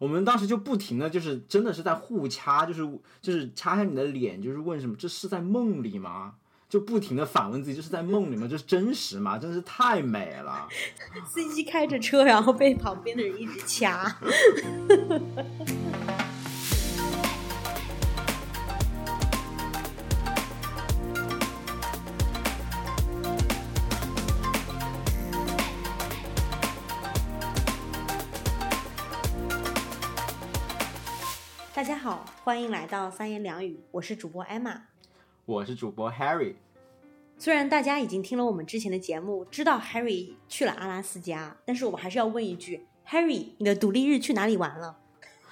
我们当时就不停的就是真的是在互掐，就是掐下你的脸，就是问什么这是在梦里吗？就不停的反问自己，这是在梦里吗？这是真实吗？真是太美了。 司机开着车，然后被旁边的人一直掐。大家好，欢迎来到三言两语，我是主播 Emma， 我是主播 Harry。 虽然大家已经听了我们之前的节目，知道 Harry 去了阿拉斯加，但是我们还是要问一句 ，Harry， 你的独立日去哪里玩了？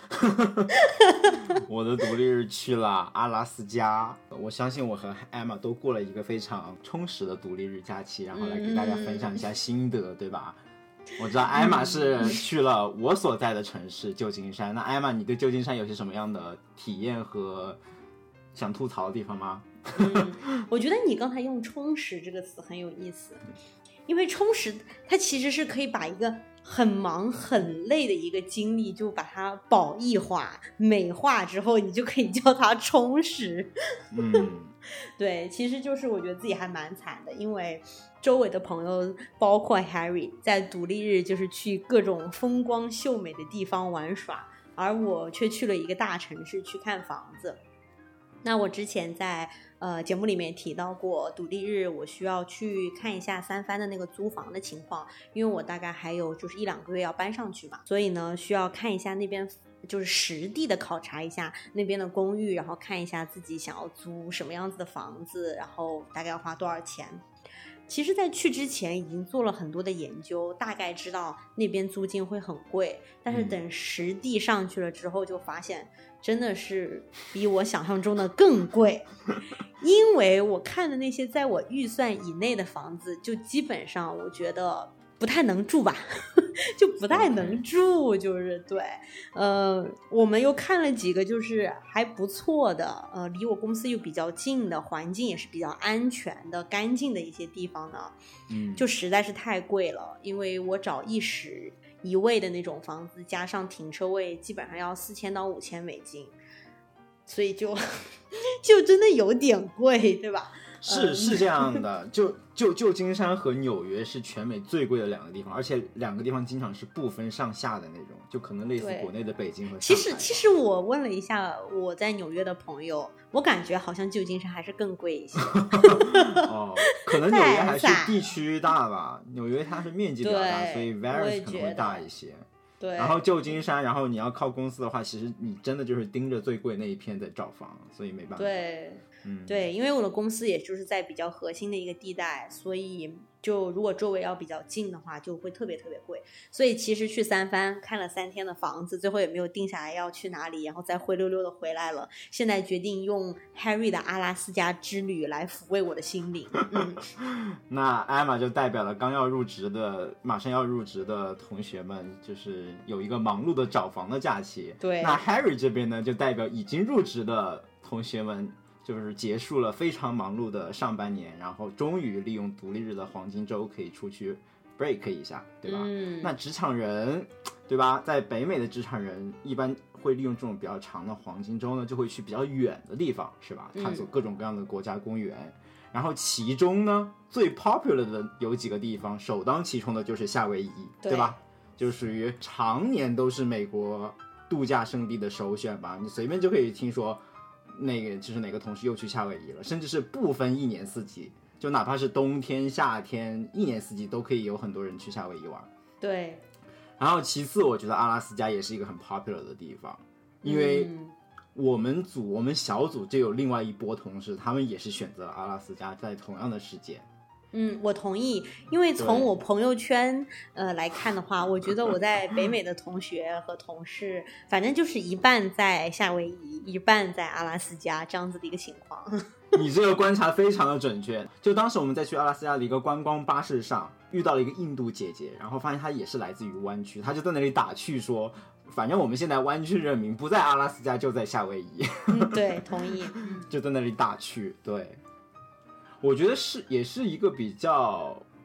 我的独立日去了阿拉斯加，我相信我和 Emma 都过了一个非常充实的独立日假期，然后来给大家分享一下心得，对吧？我知道艾玛是去了我所在的城市旧金山，那艾玛你对旧金山有些什么样的体验和想吐槽的地方吗？ 我觉得你刚才用充实这个词很有意思，因为充实它其实是可以把一个很忙很累的一个经历就把它褒义化美化之后，你就可以叫它充实。对，其实就是我觉得自己还蛮惨的，因为周围的朋友包括 Harry 在独立日就是去各种风光秀美的地方玩耍，而我却去了一个大城市去看房子。那我之前在节目里面提到过，独立日我需要去看一下三藩的那个租房的情况，因为我大概还有就是1-2个月要搬上去嘛，所以呢需要看一下那边就是实地的考察一下那边的公寓，然后看一下自己想要租什么样子的房子，然后大概要花多少钱。其实在去之前已经做了很多的研究，大概知道那边租金会很贵，但是等实地上去了之后就发现真的是比我想象中的更贵。因为我看的那些在我预算以内的房子，就基本上我觉得不太能住吧，就不太能住，就是对，我们又看了几个就是还不错的，离我公司又比较近的，环境也是比较安全的、干净的一些地方呢，就实在是太贵了，因为我找一室一卫的那种房子，加上停车位，基本上要$4000到$5000，所以就真的有点贵，对吧？ 是这样的，旧金山和纽约是全美最贵的2个地方，而且2个地方经常是不分上下的那种，就可能类似国内的北京和上海。 其实我问了一下我在纽约的朋友，我感觉好像旧金山还是更贵一些。 可能纽约还是地区大吧，纽约它是面积比较大，所以 varies 可能会大一些。 对， 然后旧金山，然后你要靠公司的话，其实你真的就是盯着最贵那一片在找房，所以没办法。 对，因为我的公司也就是在比较核心的一个地带，所以就如果周围要比较近的话，就会特别特别贵。所以其实去三藩看了3天的房子，最后也没有定下来要去哪里，然后再灰溜溜的回来了。现在决定用 Harry 的阿拉斯加之旅来抚慰我的心灵。 那艾玛就代表了马上要入职的同学们，就是有一个忙碌的找房的假期。 对， 那 Harry 这边呢，就代表已经入职的同学们，就是结束了非常忙碌的上半年，然后终于利用独立日的黄金周可以出去 break 一下，对吧？那职场人，对吧？在北美的职场人一般会利用这种比较长的黄金周呢，就会去比较远的地方，是吧？探索各种各样的国家公园。然后其中呢，最 popular 的有几个地方，首当其冲的就是夏威夷，对吧？就属于常年都是美国度假胜地的首选吧。你随便就可以听说那个就是哪个同事又去夏威夷了，甚至是不分1年4季，就哪怕是冬天夏天1年4季都可以有很多人去夏威夷玩。 对。 然后其次我觉得阿拉斯加也是一个很 popular 的地方，因为我们小组就有另外一波同事，他们也是选择了阿拉斯加，在同样的时间。 我同意，因为从我朋友圈来看的话，我觉得我在北美的同学和同事，反正就是一半在夏威夷，一半在阿拉斯加这样子的一个情况。 你这个观察非常的准确。就当时我们在去阿拉斯加的一个观光巴士上遇到了一个印度姐姐，然后发现她也是来自于湾区，她就在那里打趣说，反正我们现在湾区人民不在阿拉斯加就在夏威夷。 对，同意。就在那里打趣。对，我觉得也是一个比较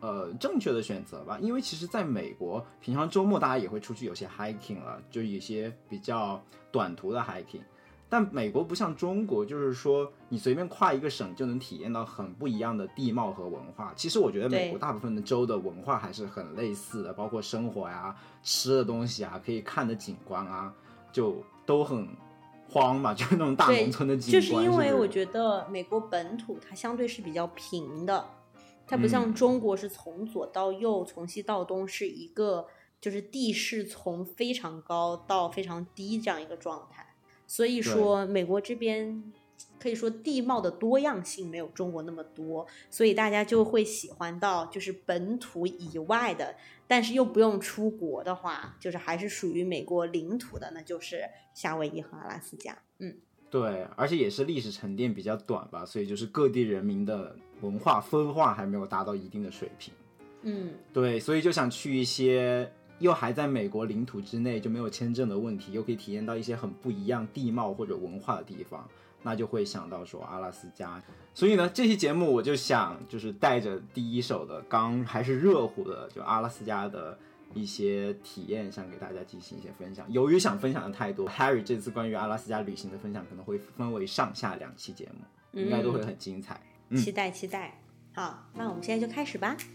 正确的选择吧。因为其实在美国平常周末大家也会出去有些 hiking 了，就有些比较短途的 hiking， 但美国不像中国，就是说你随便跨一个省就能体验到很不一样的地貌和文化。其实我觉得美国大部分的州的文化还是很类似的，包括生活呀、吃的东西啊、可以看的景观啊，就都很荒嘛，就是那种大农村的景观。 就是因为我觉得美国本土它相对是比较平的，它不像中国是从左到右、从西到东是一个就是地势从非常高到非常低这样一个状态。所以说美国这边可以说地貌的多样性没有中国那么多，所以大家就会喜欢到就是本土以外的，但是又不用出国的话，就是还是属于美国领土的，那就是夏威夷和阿拉斯加。 对，而且也是历史沉淀比较短吧，所以就是各地人民的文化分化还没有达到一定的水平。对，所以就想去一些又还在美国领土之内，就没有签证的问题，又可以体验到一些很不一样地貌或者文化的地方，那就会想到说阿拉斯加。所以呢，这期节目我就想就是带着第一手的刚还是热乎的就阿拉斯加的一些体验，想给大家进行一些分享。由于想分享的太多， Harry 这次关于阿拉斯加旅行的分享可能会分为上下2期节目，应该都会很精彩。 期待期待。好，那我们现在就开始吧。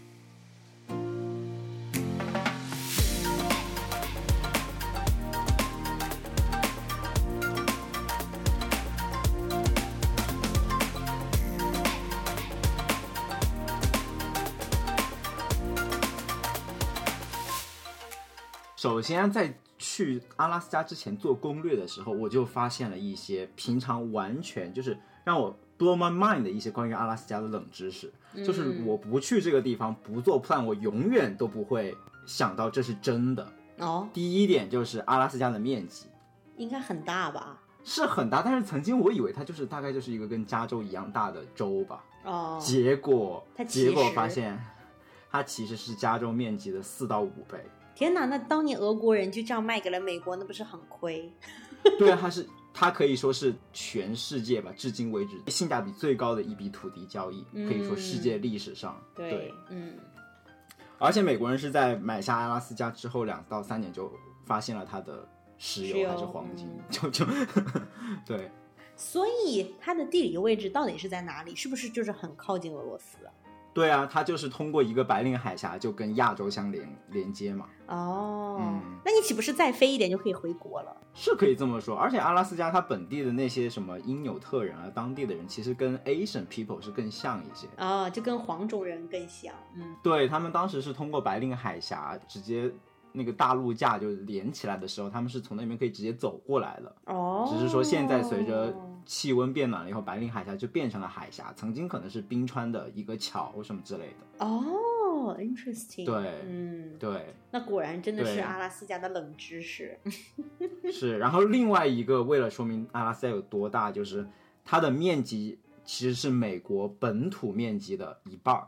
首先在去阿拉斯加之前做攻略的时候，我就发现了一些平常完全就是让我 blow my mind 的一些关于阿拉斯加的冷知识。就是我不去这个地方不做 plan， 我永远都不会想到这是真的。第一点就是阿拉斯加的面积应该很大吧？ 是很大，但是曾经我以为它就是大概就是一个跟加州一样大的州吧。结果发现它其实是加州面积的4到5倍。 天哪，那当年俄国人就这样卖给了美国，那不是很亏？ 对啊，它可以说是全世界吧，至今为止性价比最高的一笔土地交易，可以说世界历史上。对，而且美国人是在买下阿拉斯加之后2到3年就发现了它的石油还是黄金，就对。 所以它的地理位置到底是在哪里？是不是就是很靠近俄罗斯啊？ 对啊，它就是通过一个白令海峡就跟亚洲相连接嘛。 那你岂不是再飞一点就可以回国了？ 是可以这么说。而且阿拉斯加它本地的那些什么因纽特人啊，当地的人其实跟 Asian people 是更像一些就跟黄种人更像。 对，他们当时是通过白令海峡直接那个大陆架就连起来的时候，他们是从那边可以直接走过来的。只是说现在随着气温变暖了以后，白令海峡就变成了海峡，曾经可能是冰川的一个桥什么之类的。 interesting。 对， 那果然真的是阿拉斯加的冷知识。 是。然后另外一个为了说明阿拉斯加有多大，就是它的面积其实是美国本土面积的1半。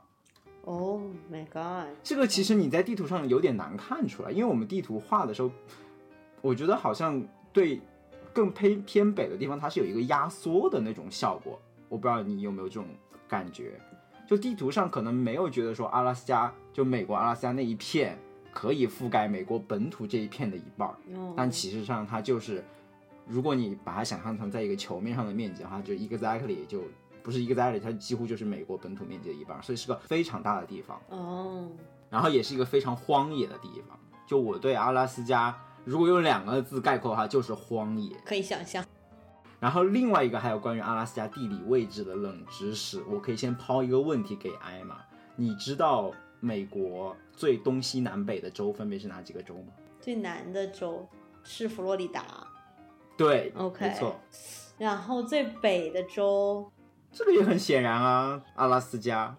Oh my god！ 这个其实你在地图上有点难看出来，因为我们地图画的时候，我觉得好像对更偏北的地方它是有一个压缩的那种效果，我不知道你有没有这种感觉。就地图上可能没有觉得说阿拉斯加就美国阿拉斯加那一片可以覆盖美国本土这一片的1半，但其实上它就是如果你把它想象成在一个球面上的面积的话，就 exactly 就不是exactly，它几乎就是美国本土面积的1半，所以是个非常大的地方。然后也是一个非常荒野的地方。就我对阿拉斯加如果用2个字概括的话，就是荒野， 可以想象。 然后另外一个还有关于阿拉斯加地理位置的冷知识，我可以先抛一个问题给艾玛，你知道美国最东西南北的州分别是哪几个州吗？ 最南的州是佛罗里达。 对 ，OK， 没错。 然后最北的州， 这个也很显然啊，阿拉斯加。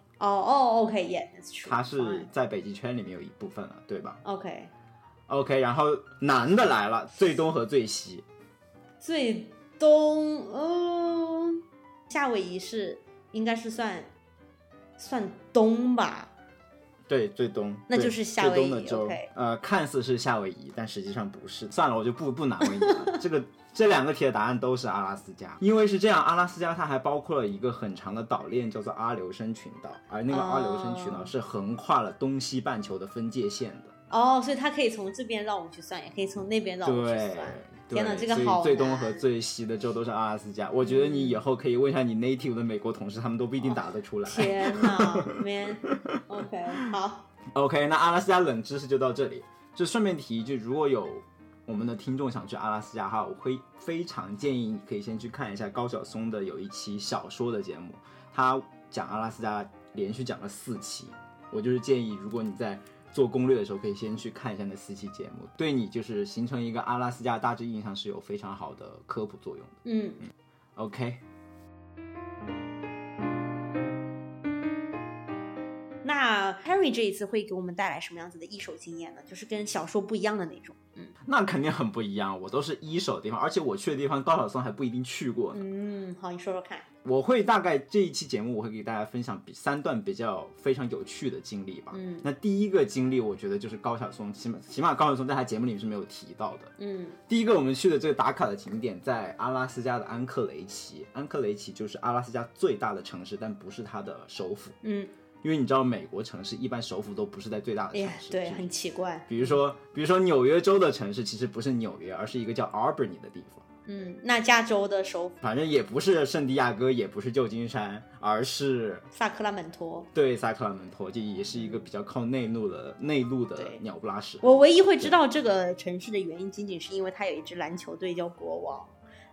OK，yes， 它是在北极圈里面有一部分了，对吧 ？OK， 然后南的来了，最东和最西。 最东，夏威夷是应该是算东吧？ 对，最东， 那就是夏威夷。 最东的州 OK 看似是夏威夷，但实际上不是。算了，我就不难为你了。这2个题的答案都是阿拉斯加，因为是这样，阿拉斯加它还包括了一个很长的岛链，叫做阿留申群岛，而那个阿留申群岛是横跨了东西半球的分界线的。 哦，所以它可以从这边绕我们去算，也可以从那边绕我们去算。天哪，这个好难。 所以最东和最西的州都是阿拉斯加。我觉得你以后可以问一下你 native 的美国同事，他们都不一定答得出来。 天哪 ，man， OK， 好。 OK， 那阿拉斯加冷知识就到这里。就顺便提一句，如果有我们的听众想去阿拉斯加的话，我会非常建议你可以先去看一下高晓松的有一期小说的节目，他讲阿拉斯加连续讲了4期。我就是建议，如果你在做攻略的时候，可以先去看一下那4期节目，对你就是形成一个阿拉斯加大致印象是有非常好的科普作用的。OK。 那 Harry 这一次会给我们带来什么样子的一手经验呢？就是跟小说不一样的那种。 那肯定很不一样，我都是一手的地方，而且我去的地方高晓松还不一定去过呢。 好，你说说看。 我会大概这一期节目我会给大家分享3段比较非常有趣的经历吧。那第一个经历我觉得就是高晓松，起码高晓松在他节目里是没有提到的。第一个我们去的这个打卡的景点在阿拉斯加的安克雷奇，安克雷奇就是阿拉斯加最大的城市，但不是它的首府。因为你知道美国城市一般首府都不是在最大的城市。 对，很奇怪。 比如说纽约州的城市其实不是纽约，而是一个叫 Albany 的地方。 那加州的首府反正也不是圣地亚哥，也不是旧金山，而是萨克拉门托。 对，萨克拉门托，这也是一个比较靠内陆的鸟不拉屎。 我唯一会知道这个城市的原因，仅仅是因为它有一支篮球队叫国王。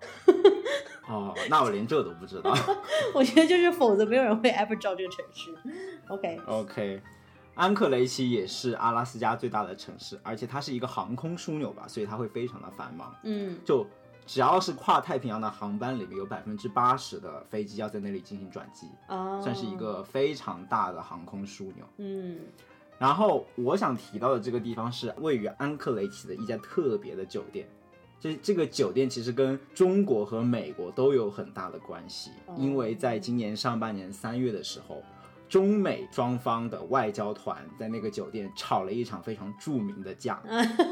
那我连这都不知道。 我觉得就是否则没有人会 ever 知道这个城市。 OK， 安克雷奇也是阿拉斯加最大的城市，而且它是一个航空枢纽吧，所以它会非常的繁忙。就只要是跨太平洋的航班里面有80%的飞机要在那里进行转机，算是一个非常大的航空枢纽。然后我想提到的这个地方是位于安克雷奇的一家特别的酒店。这个酒店其实跟中国和美国都有很大的关系，因为在今年上半年3月的时候，中美双方的外交团在那个酒店吵了一场非常著名的架。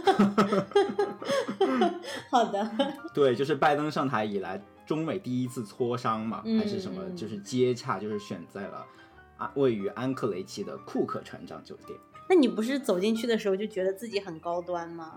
好的。 对，就是拜登上台以来中美第一次磋商嘛，还是什么，就是接洽，就是选在了位于安克雷奇的库克船长酒店。 那你不是走进去的时候就觉得自己很高端吗？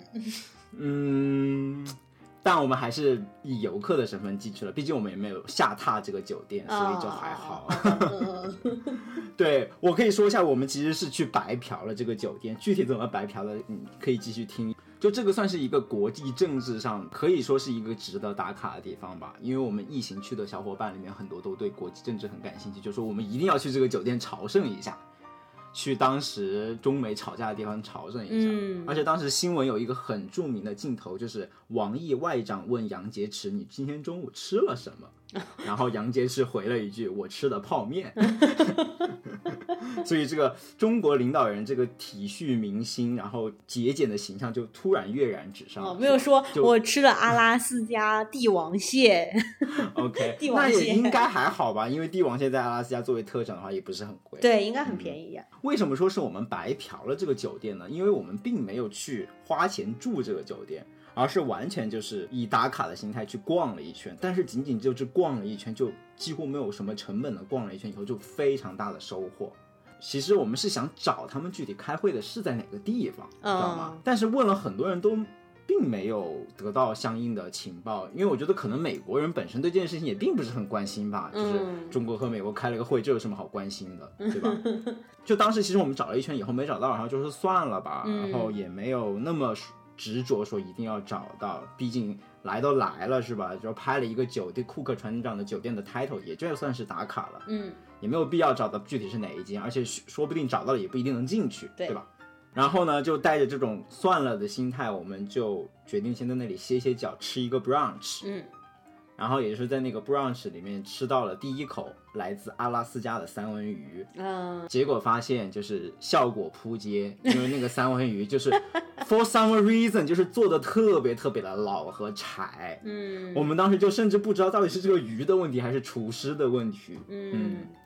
但我们还是以游客的身份进去了，毕竟我们也没有下榻这个酒店，所以就还好。对，我可以说一下，我们其实是去白嫖了这个酒店，具体怎么白嫖的，可以继续听。就这个算是一个国际政治上可以说是一个值得打卡的地方吧，因为我们一行去的小伙伴里面很多都对国际政治很感兴趣，就说我们一定要去这个酒店朝圣一下，去当时中美吵架的地方朝圣一下。而且当时新闻有一个很著名的镜头，就是王毅外长问杨洁篪你今天中午吃了什么，然后杨洁篪回了一句我吃的泡面。所以这个中国领导人这个体恤民心然后节俭的形象就突然跃然纸上。 没有说我吃了阿拉斯加帝王蟹。 OK， 帝王蟹那也应该还好吧，因为帝王蟹在阿拉斯加作为特产的话也不是很贵。 对，应该很便宜。 为什么说是我们白嫖了这个酒店呢？因为我们并没有去花钱住这个酒店，而是完全就是以打卡的心态去逛了一圈，但是仅仅就是逛了一圈，就几乎没有什么成本的逛了一圈以后，就非常大的收获。其实我们是想找他们具体开会的是在哪个地方，知道吗？但是问了很多人都并没有得到相应的情报，因为我觉得可能美国人本身对这件事情也并不是很关心吧，就是中国和美国开了个会，这有什么好关心的，对吧？就当时其实我们找了一圈以后没找到，然后就是算了吧，然后也没有那么执着说一定要找到，毕竟来都来了是吧？就拍了一个酒店库克船长的酒店的 title， 也就算是打卡了，也没有必要找到具体是哪一间，而且说不定找到了也不一定能进去， 对吧？然后呢，就带着这种算了的心态，我们就决定先在那里歇歇脚，吃一个 brunch。然后也就是在那个 brunch 里面吃到了第一口来自阿拉斯加的三文鱼。结果发现就是效果扑街，因为那个三文鱼就是 for some reason 就是做的特别特别的老和柴。我们当时就甚至不知道到底是这个鱼的问题还是厨师的问题。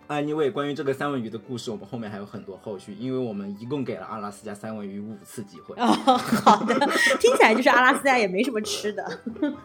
Anyway， 关于这个三文鱼的故事，我们后面还有很多后续，因为我们一共给了阿拉斯加三文鱼5次机会。 哦，好的，听起来就是阿拉斯加也没什么吃的。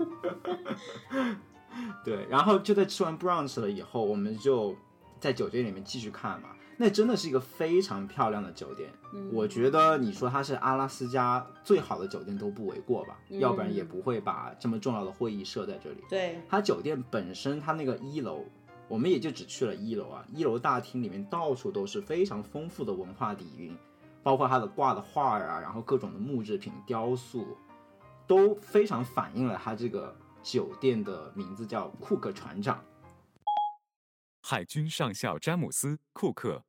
对，然后就在吃完 brunch 了以后，我们就在酒店里面继续看嘛。那真的是一个非常漂亮的酒店，我觉得你说它是阿拉斯加最好的酒店都不为过吧，要不然也不会把这么重要的会议设在这里。 对， 它酒店本身，它那个1楼，我们也就只去了1楼啊，1楼大厅里面到处都是非常丰富的文化底蕴，包括它的挂的画啊，然后各种的木制品、雕塑，都非常反映了它这个酒店的名字叫库克船长。 海军上校詹姆斯·库克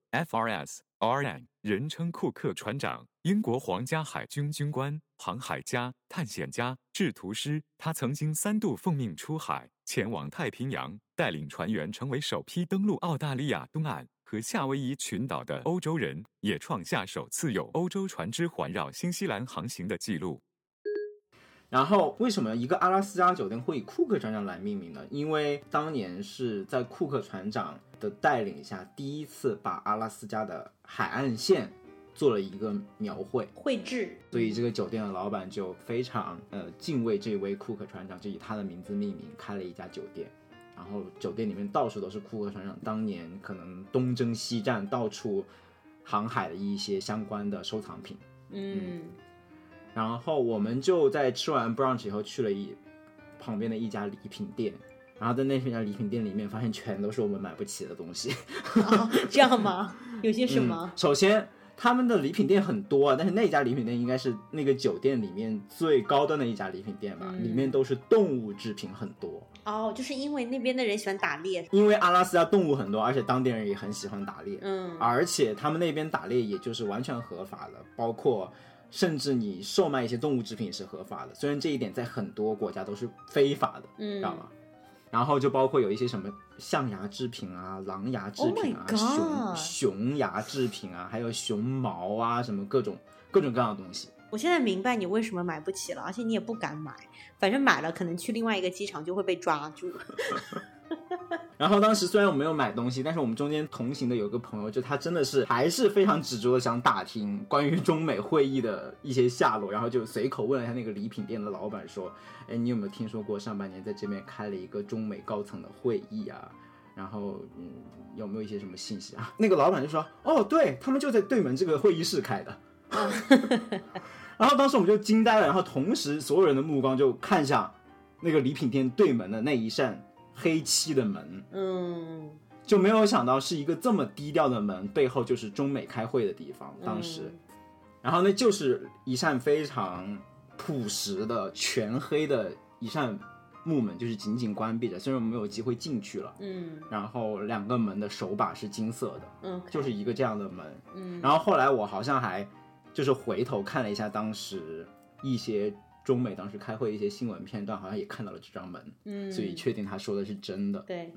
（FRS-RN） 人称库克船长，英国皇家海军军官、航海家、探险家、制图师。他曾经3度奉命出海，前往太平洋，带领船员成为首批登陆澳大利亚东岸和夏威夷群岛的欧洲人，也创下首次有欧洲船只环绕新西兰航行的记录。 然后为什么一个阿拉斯加酒店会以库克船长来命名呢？因为当年是在库克船长的带领下，第一次把阿拉斯加的海岸线做了一个描绘绘制， 所以这个酒店的老板就非常敬畏这位库克船长，就以他的名字命名，开了一家酒店。然后酒店里面到处都是库克船长当年可能东征西战到处航海的一些相关的收藏品。然后我们就在吃完 brunch 以后去了旁边的一家礼品店，然后在那家礼品店里面发现全都是我们买不起的东西。 这样吗？有些什么？ 首先他们的礼品店很多啊，但是那家礼品店应该是那个酒店里面最高端的一家礼品店吧，里面都是动物制品很多。 哦，就是因为那边的人喜欢打猎， 因为阿拉斯加动物很多，而且当地人也很喜欢打猎，而且他们那边打猎也就是完全合法的，包括甚至你售卖一些动物制品也是合法的，虽然这一点在很多国家都是非法的，知道吗？然后就包括有一些什么象牙制品啊、狼牙制品啊、熊牙制品啊，还有熊毛啊，什么各种各样的东西。 我现在明白你为什么买不起了，而且你也不敢买，反正买了可能去另外一个机场就会被抓住。 然后当时虽然我没有买东西，但是我们中间同行的有个朋友，就他真的是还是非常执着的想打听关于中美会议的一些下落，然后就随口问了一下那个礼品店的老板说，哎，你有没有听说过上半年在这边开了一个中美高层的会议啊？然后有没有一些什么信息啊？那个老板就说，哦，对，他们就在对门这个会议室开的。然后当时我们就惊呆了，然后同时所有人的目光就看向那个礼品店对门的那一扇黑漆的门，就没有想到是一个这么低调的门，背后就是中美开会的地方。当时，然后那就是一扇非常朴实的全黑的一扇木门，就是紧紧关闭着，虽然我们没有机会进去了，然后2个门的手把是金色的，就是一个这样的门，然后后来我好像还就是回头看了一下当时一些中美当时开会的一些新闻片段，好像也看到了这张门，所以确定他说的是真的。 对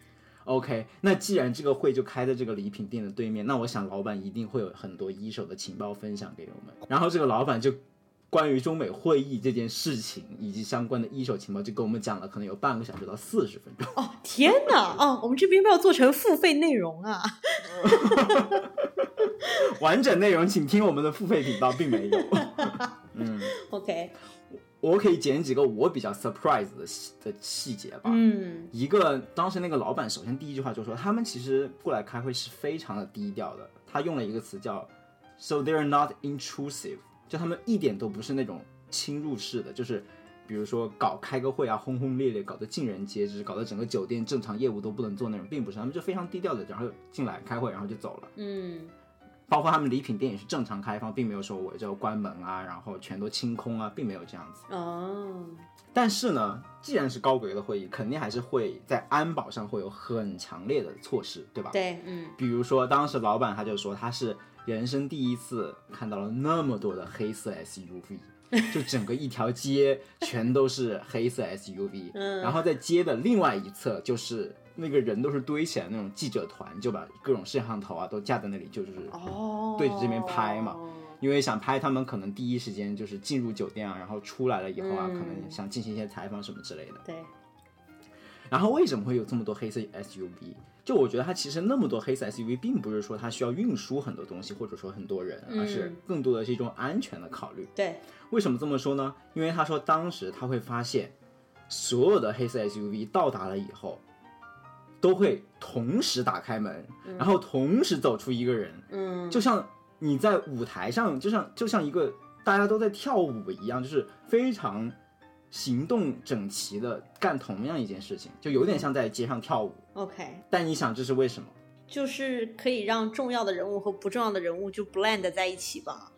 ，OK， 那既然这个会就开在这个礼品店的对面，那我想老板一定会有很多一手的情报分享给我们。然后这个老板就关于中美会议这件事情以及相关的一手情报就跟我们讲了可能有半个小时到40分钟。 哦，天哪！哦，我们这边要做成付费内容啊。 完整内容请听我们的付费频道，并没有。 OK， 我可以捡几个我比较 surprise 的细节吧。一个当时那个老板首先第一句话就说他们其实过来开会是非常的低调的，他用了一个词叫 so they're not intrusive， 就他们一点都不是那种侵入式的，就是比如说开个会啊轰轰烈烈，搞得尽人皆知，搞得整个酒店正常业务都不能做那种，并不是，他们就非常低调的然后进来开会然后就走了。包括他们礼品店也是正常开放，并没有说我就关门啊，然后全都清空啊，并没有这样子。但是呢，既然是高规的会议，肯定还是会在安保上会有很强烈的措施，对吧？ 对， 比如说当时老板他就说他是人生第一次看到了那么多的黑色 SUV， 就整个一条街全都是黑色 SUV，然后在街的另外一侧就是那个人都是堆起来那种记者团，就把各种摄像头啊都架在那里，就是对着这边拍嘛。因为想拍他们可能第一时间就是进入酒店啊，然后出来了以后啊，可能想进行一些采访什么之类的。 对。 然后为什么会有这么多黑色 SUV？ 就我觉得它其实那么多黑色 SUV 并不是说它需要运输很多东西或者说很多人，而是更多的是一种安全的考虑。 对， 为什么这么说呢？因为他说当时他会发现所有的黑色 SUV 到达了以后都会同时打开门，然后同时走出一个人，就像你在舞台上就像一个大家都在跳舞一样，就是非常行动整齐的干同样一件事情，就有点像在街上跳舞。 OK， 但你想这是为什么？ 就是可以让重要的人物和不重要的人物就 blend 在一起吧。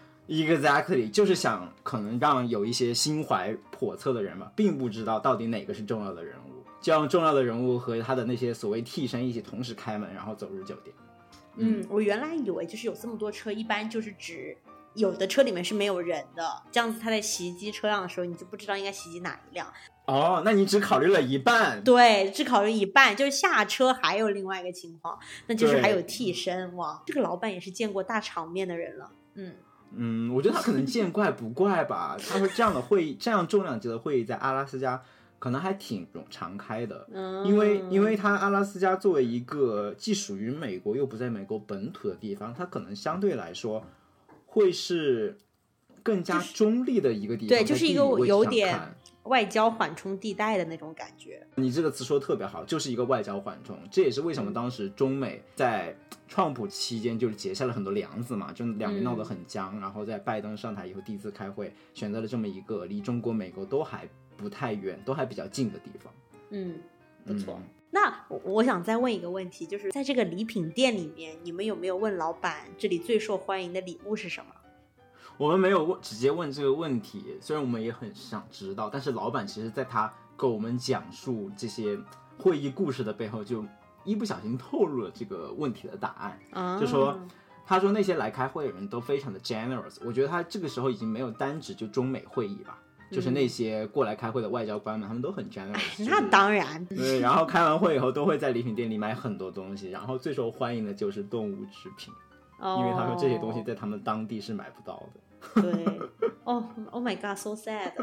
Exactly， 就是想可能让有一些心怀叵测的人嘛，并不知道到底哪个是重要的人物，就让重要的人物和他的那些所谓替身一起同时开门，然后走入酒店。 我原来以为就是有这么多车，一般就是指有的车里面是没有人的，这样子他在袭击车辆的时候，你就不知道应该袭击哪一辆。 哦，那你只考虑了一半。 对，只考虑一半，就是下车还有另外一个情况，那就是还有替身。哇，这个老板也是见过大场面的人了。 我觉得他可能见怪不怪吧。他说这样的会议，这样重量级的会议在阿拉斯加可能还挺常开的，因为它阿拉斯加作为一个既属于美国又不在美国本土的地方，它可能相对来说会是更加中立的一个地方， 对，就是一个有点看外交缓冲地带的那种感觉。 你这个词说得特别好，就是一个外交缓冲。这也是为什么当时中美在川普期间就是结下了很多梁子嘛，就两边闹得很僵，然后在拜登上台以后第一次开会选择了这么一个离中国美国都还不太远都还比较近的地方。 不错。那我想再问一个问题，就是在这个礼品店里面，你们有没有问老板这里最受欢迎的礼物是什么？ 我们没有直接问这个问题，虽然我们也很想知道，但是老板其实在他跟我们讲述这些会议故事的背后，就一不小心透露了这个问题的答案。就说他说那些来开会的人都非常的 generous， 我觉得他这个时候已经没有单指就中美会议吧，就是那些过来开会的外交官们，他们都很 generous。 那当然， 对，然后开完会以后都会在礼品店里买很多东西，然后最受欢迎的就是动物制品，因为他说这些东西在他们当地是买不到的。 对，Oh my god, so sad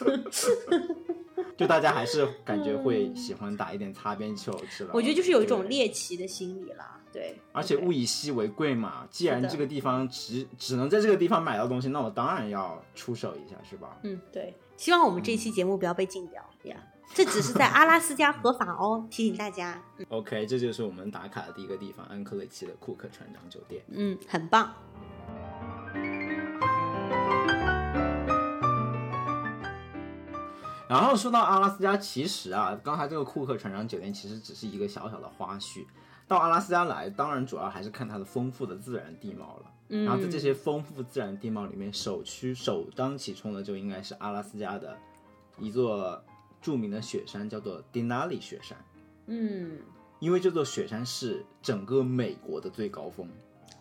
就大家还是感觉会喜欢打一点擦边球之类的。 我觉得就是有一种猎奇的心理啦，对。 而且物以稀为贵嘛，既然这个地方只能在这个地方买到东西，那我当然要出手一下，是吧？ 对。希望我们这期节目不要被禁掉呀。这只是在阿拉斯加合法哦，提醒大家。 OK， 这就是我们打卡的第一个地方，安克雷奇的库克船长酒店。 很棒。 然后说到阿拉斯加，其实啊，刚才这个库克船长酒店其实只是一个小小的花絮。到阿拉斯加来，当然主要还是看它的丰富的自然地貌了。然后在这些丰富自然地貌里面，首当其冲的就应该是阿拉斯加的一座著名的雪山，叫做 Denali 雪山。因为这座雪山是整个美国的最高峰。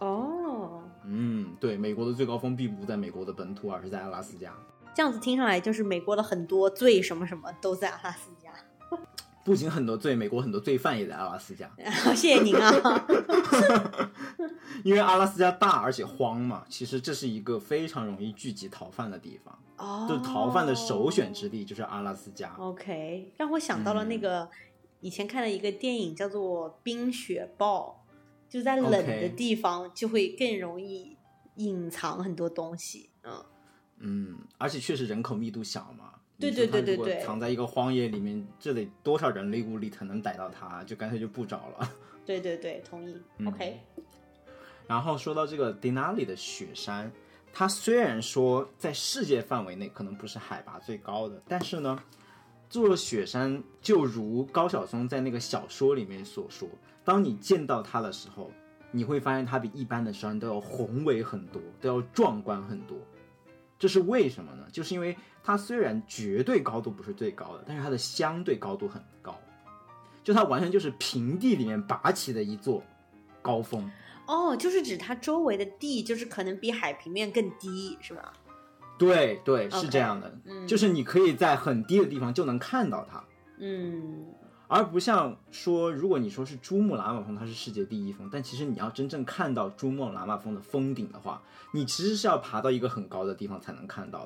对，美国的最高峰并不在美国的本土，而是在阿拉斯加。 这样子听上来就是美国的很多罪什么什么都在阿拉斯加。 不仅很多罪，美国很多罪犯也在阿拉斯加。 谢谢您啊。 因为阿拉斯加大而且荒嘛，其实这是一个非常容易聚集逃犯的地方。就逃犯的首选之地就是阿拉斯加。 OK， 让我想到了那个以前看的一个电影叫做《冰雪暴》，就在冷的地方就会更容易隐藏很多东西。 而且确实人口密度小嘛。 对， 如果藏在一个荒野里面，这得多少人力物力才能逮到他，就干脆就不找了。 对，同意。OK。 然后说到这个 Denali 的雪山，它虽然说在世界范围内可能不是海拔最高的，但是呢，这座雪山就如高晓松在那个小说里面所说，当你见到它的时候，你会发现它比一般的山都要宏伟很多，都要壮观很多。这是为什么呢？就是因为它虽然绝对高度不是最高的，但是它的相对高度很高，就它完全就是平地里面拔起的一座高峰。 就是指它周围的地就是可能比海平面更低，是吧？ 对，是这样的。就是你可以在很低的地方就能看到它。而不像说，如果你说是珠穆朗玛峰它是世界第一峰，但其实你要真正看到珠穆朗玛峰的峰顶的话，你其实是要爬到一个很高的地方才能看到的。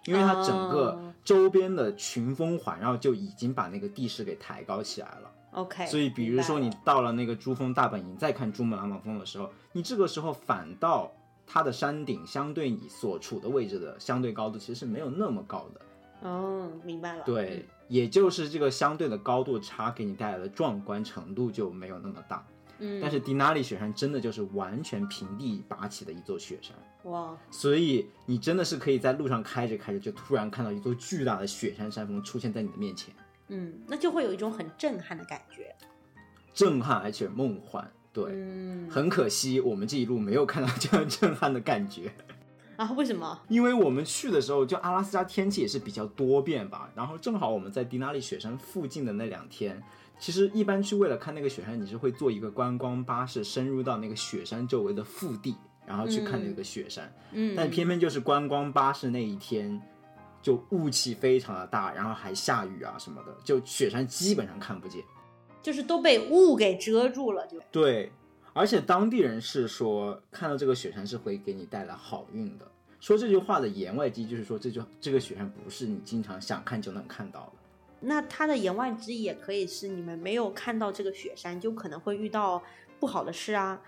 因为它整个周边的群峰环绕就已经把那个地势给抬高起来了。 OK， 所以比如说你到了那个珠峰大本营再看珠穆朗玛峰的时候，你这个时候反倒它的山顶相对你所处的位置的相对高度其实是没有那么高的。 哦，明白了。 对，也就是这个相对的高度差给你带来的壮观程度就没有那么大。但是迪纳利雪山真的就是完全平地拔起的一座雪山。 哇， 所以你真的是可以在路上开着开着就突然看到一座巨大的雪山山峰出现在你的面前。 那就会有一种很震撼的感觉， 震撼而且梦幻。对，很可惜我们这一路没有看到这样震撼的感觉。 啊？为什么？ 因为我们去的时候就阿拉斯加天气也是比较多变吧，然后正好我们在迪纳利雪山附近的那2天，其实一般去为了看那个雪山，你是会坐一个观光巴士深入到那个雪山周围的腹地，然后去看那个雪山。但偏偏就是观光巴士那一天就雾气非常的大，然后还下雨啊什么的，就雪山基本上看不见， 就是都被雾给遮住了。就对，而且当地人是说看到这个雪山是会给你带来好运的。说这句话的言外之意就是说这个雪山不是你经常想看就能看到的。 那它的言外之意也可以是你们没有看到这个雪山，就可能会遇到不好的事啊。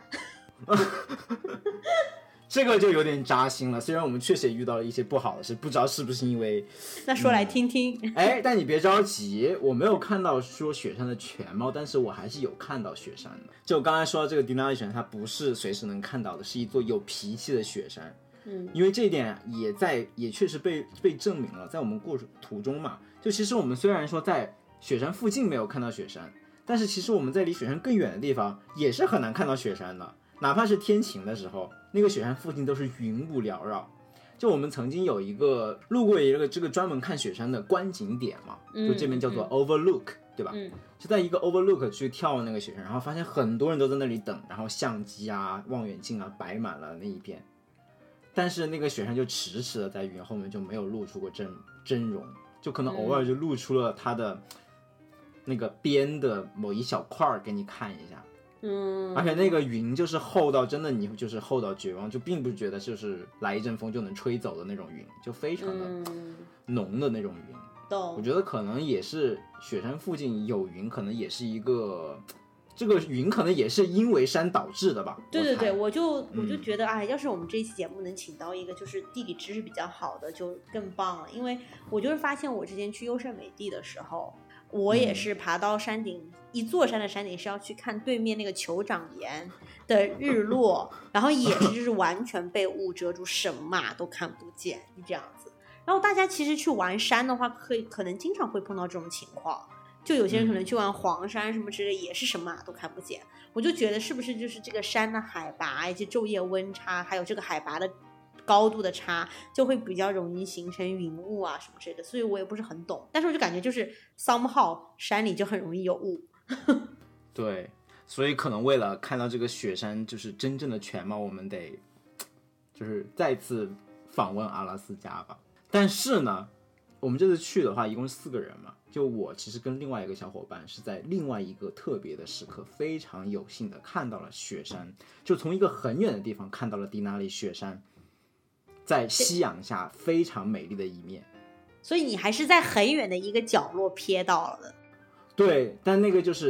这个就有点扎心了，虽然我们确实也遇到了一些不好的事，不知道是不是因为那说来听听。 但你别着急，我没有看到说雪山的全貌，但是我还是有看到雪山的。就我刚才说到这个迪纳利雪山，它不是随时能看到的，是一座有脾气的雪山。因为这一点也确实被证明了，在我们过途中嘛，就其实我们虽然说在雪山附近没有看到雪山，但是其实我们在离雪山更远的地方也是很难看到雪山的，哪怕是天晴的时候，那个雪山附近都是云雾缭绕。就我们曾经有路过一个这个专门看雪山的观景点嘛，就这边叫做 Overlook，对吧？就在一个 Overlook 去眺那个雪山，然后发现很多人都在那里等，然后相机啊、望远镜啊摆满了那一片。但是那个雪山就迟迟的在云后面就没有露出过真容，就可能偶尔就露出了它的那个边的某一小块给你看一下。而且那个云就是厚到真的你就是厚到绝望，就并不觉得就是来一阵风就能吹走的那种云，就非常的浓的那种云。我觉得可能也是雪山附近有云，可能也是一个这个云可能也是因为山导致的吧。 对，我就觉得要是我们这一期节目能请到一个就是地理知识比较好的就更棒了。因为我就是发现我之前去优胜美地的时候，我也是爬到山顶，一座山的山顶是要去看对面那个酋长岩的日落，然后也是就是完全被雾遮住，什么都看不见，就这样子。然后大家其实去玩山的话，可能经常会碰到这种情况，就有些人可能去玩黄山什么之类，也是什么都看不见。我就觉得是不是就是这个山的海拔以及昼夜温差，还有这个海拔的高度的差，就会比较容易形成云雾啊什么之类的。所以我也不是很懂，但是我就感觉就是 somehow 山里就很容易有雾。 对，所以可能为了看到这个雪山就是真正的全貌，我们得就是再次访问阿拉斯加吧。但是呢，我们这次去的话一共是4个人嘛，就我其实跟另外一个小伙伴是在另外一个特别的时刻非常有幸的看到了雪山，就从一个很远的地方看到了迪纳利雪山在夕阳下非常美丽的一面。 所以你还是在很远的一个角落瞥到了的。 对，但那个就是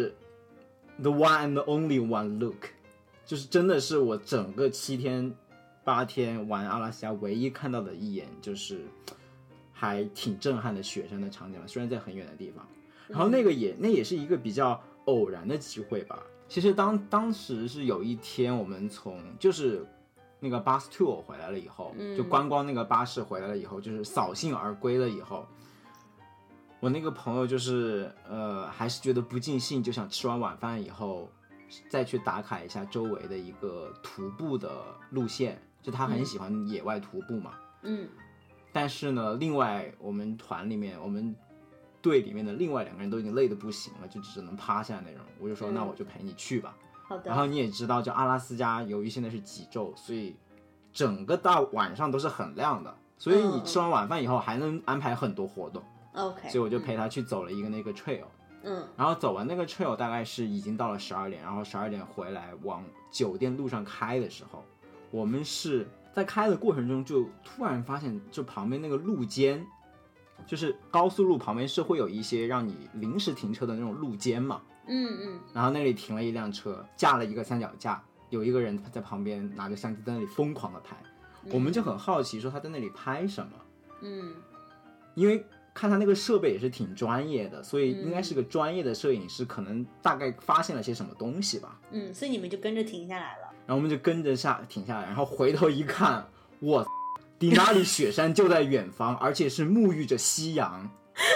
the one and only one look， 就是真的是我整个7天8天玩阿拉斯加唯一看到的一眼，就是还挺震撼的雪山的场景了，虽然在很远的地方。然后那也是一个比较偶然的机会吧。其实当时是有一天我们从就是那个 bus tour 回来了以后，就观光那个巴士回来了以后，就是扫兴而归了以后，我那个朋友就是还是觉得不尽兴，就想吃完晚饭以后再去打卡一下周围的一个徒步的路线，就他很喜欢野外徒步嘛。但是呢，另外我们团里面我们队里面的另外2个人都已经累得不行了，就只能趴下那种。我就说那我就陪你去吧。 好的。 然后你也知道，就阿拉斯加由于现在是极昼，所以整个大晚上都是很亮的，所以你吃完晚饭以后还能安排很多活动。 OK， 所以我就陪他去走了一个那个 trail。然后走完那个 trail 大概是已经到了12点，然后12点回来往酒店路上开的时候，我们是在开的过程中就突然发现，就旁边那个路肩，就是高速路旁边是会有一些让你临时停车的那种路肩嘛。然后那里停了一辆车，架了一个三脚架，有一个人在旁边拿着相机在那里疯狂的拍。我们就很好奇说他在那里拍什么。因为看他那个设备也是挺专业的，所以应该是个专业的摄影师，可能大概发现了些什么东西吧。 所以你们就跟着停下来了。 然后我们就跟着停下来，然后回头一看，哇，迪纳里雪山就在远方，而且是沐浴着夕阳。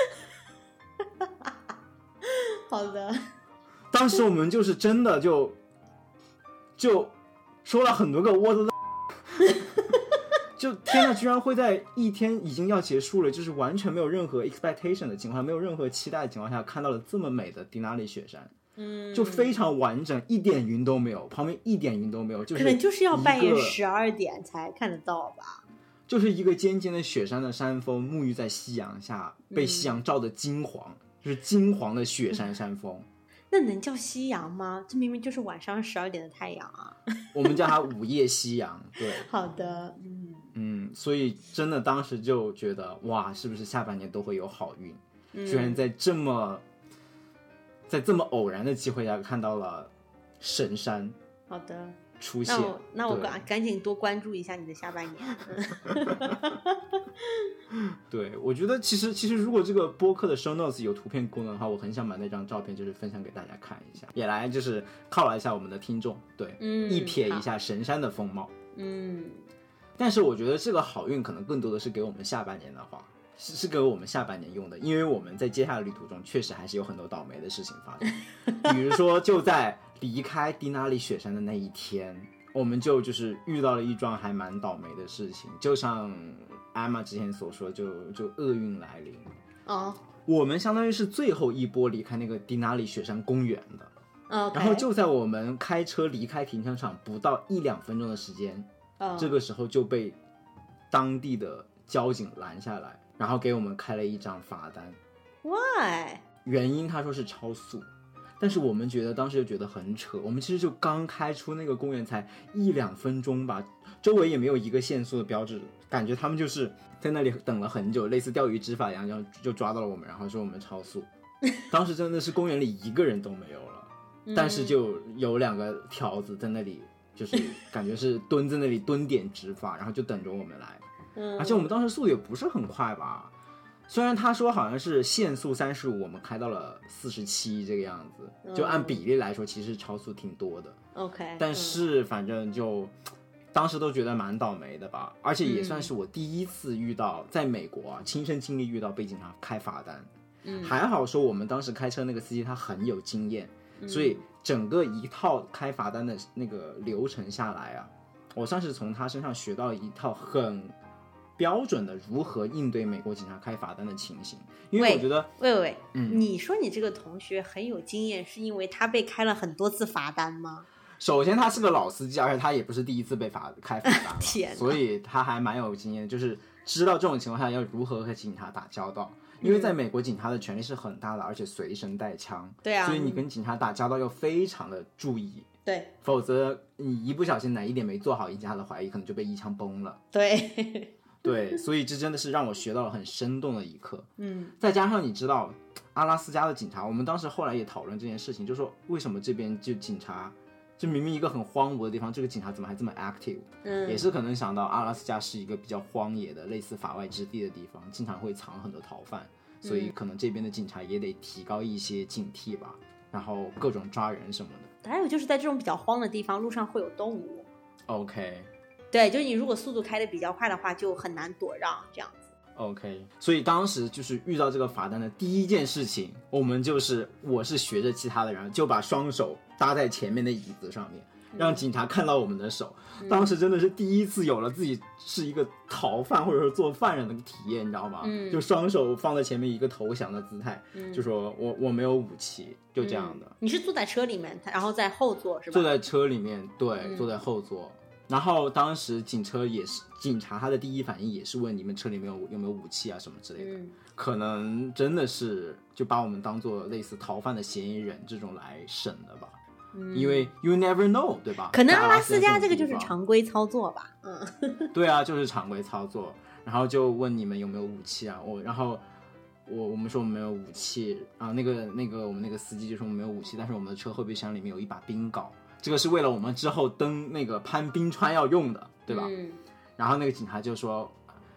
好的。 当时我们就是真的就说了很多个我的就天哪，居然会在一天已经要结束了，就是完全没有任何 expectation 的情况下，没有任何期待的情况下，看到了这么美的迪纳里雪山。就非常完整，一点云都没有，旁边一点云都没有，就是可能就是要半夜12点才看得到吧。 就是一个尖尖的雪山的山峰，沐浴在夕阳下，被夕阳照得金黄，就是金黄的雪山山峰。 那能叫夕阳吗？这明明就是晚上12点的太阳啊。 我们叫它午夜夕阳。对， 好的。 所以真的当时就觉得哇，是不是下半年都会有好运？居然在这么偶然的机会下看到了神山。 好的， 出现。 那我赶紧多关注一下你的下半年。 对，我觉得其实如果这个播客的 show notes 有图片功能的话，我很想把那张照片就是分享给大家看一下，也来就是犒劳一下我们的听众。对，一瞥一下神山的风貌。但是我觉得这个好运可能更多的是给我们下半年的话，是给我们下半年用的，因为我们在接下来的旅途中确实还是有很多倒霉的事情发生。比如说就在离开迪纳里雪山的那一天，我们就是遇到了一桩还蛮倒霉的事情，就像艾玛之前所说，就厄运来临。我们相当于是最后一波离开那个迪纳里雪山公园的。然后就在我们开车离开停车场不到1-2分钟的时间，这个时候就被当地的交警拦下来，然后给我们开了一张罚单。 Why？ 原因他说是超速，但是我们当时就觉得很扯，我们其实就刚开出那个公园才1-2分钟吧，周围也没有一个限速的标志，感觉他们就是在那里等了很久，类似钓鱼执法一样，然后就抓到了我们，然后说我们超速。当时真的是公园里一个人都没有了，但是就有2个条子在那里，就是感觉是蹲在那里蹲点执法，然后就等着我们来。而且我们当时速度也不是很快吧，虽然他说好像是限速35，我们开到了47这个样子，就按比例来说其实超速挺多的。 OK， 但是反正就当时都觉得蛮倒霉的吧，而且也算是我第一次遇到在美国亲身经历遇到被警察开罚单。还好说我们当时开车那个司机他很有经验，所以整个一套开罚单的那个流程下来我算是从他身上学到一套很标准的如何应对美国警察开罚单的情形。因为我觉得喂，你说你这个同学很有经验，是因为他被开了很多次罚单吗？ 首先他是个老司机，而且他也不是第一次被开罚单天， 所以他还蛮有经验，就是知道这种情况下要如何和警察打交道。因为在美国警察的权力是很大的，而且随身带枪。 对啊， 所以你跟警察打交道要非常的注意。 对， 否则你一不小心哪一点没做好，引起他的怀疑，可能就被一枪崩了。对，所以这真的是让我学到了很生动的一课。再加上你知道阿拉斯加的警察，我们当时后来也讨论这件事情，就说为什么这边就警察就明明一个很荒芜的地方，这个警察怎么还这么 active？也是可能想到阿拉斯加是一个比较荒野的类似法外之地的地方，经常会藏很多逃犯，所以可能这边的警察也得提高一些警惕吧，然后各种抓人什么的。 还有就是在这种比较荒的地方，路上会有动物。 OK， 对，就是你如果速度开得比较快的话，就很难躲让这样子。 OK， 所以当时就是遇到这个罚单的第一件事情，我是学着其他的人，就把双手搭在前面的椅子上面，让警察看到我们的手。当时真的是第一次有了自己是一个逃犯或者说做犯人的体验，你知道吗？就双手放在前面一个投降的姿态，就说我没有武器，就这样的。 你是坐在车里面，然后在后座是吧？ 坐在车里面，对，坐在后座。然后当时警察他的第一反应也是问你们车里面有没有武器啊什么之类的，可能真的是就把我们当做类似逃犯的嫌疑人这种来审的吧。 因为 you never know， 对吧？ 可能阿拉斯加这个就是常规操作吧。 对啊，就是常规操作。然后就问你们有没有武器啊？然后我们说我们没有武器啊，那个我们那个司机就说我们没有武器，但是我们的车后备箱里面有一把冰镐，这个是为了我们之后登那个攀冰川要用的，对吧？然后那个警察就说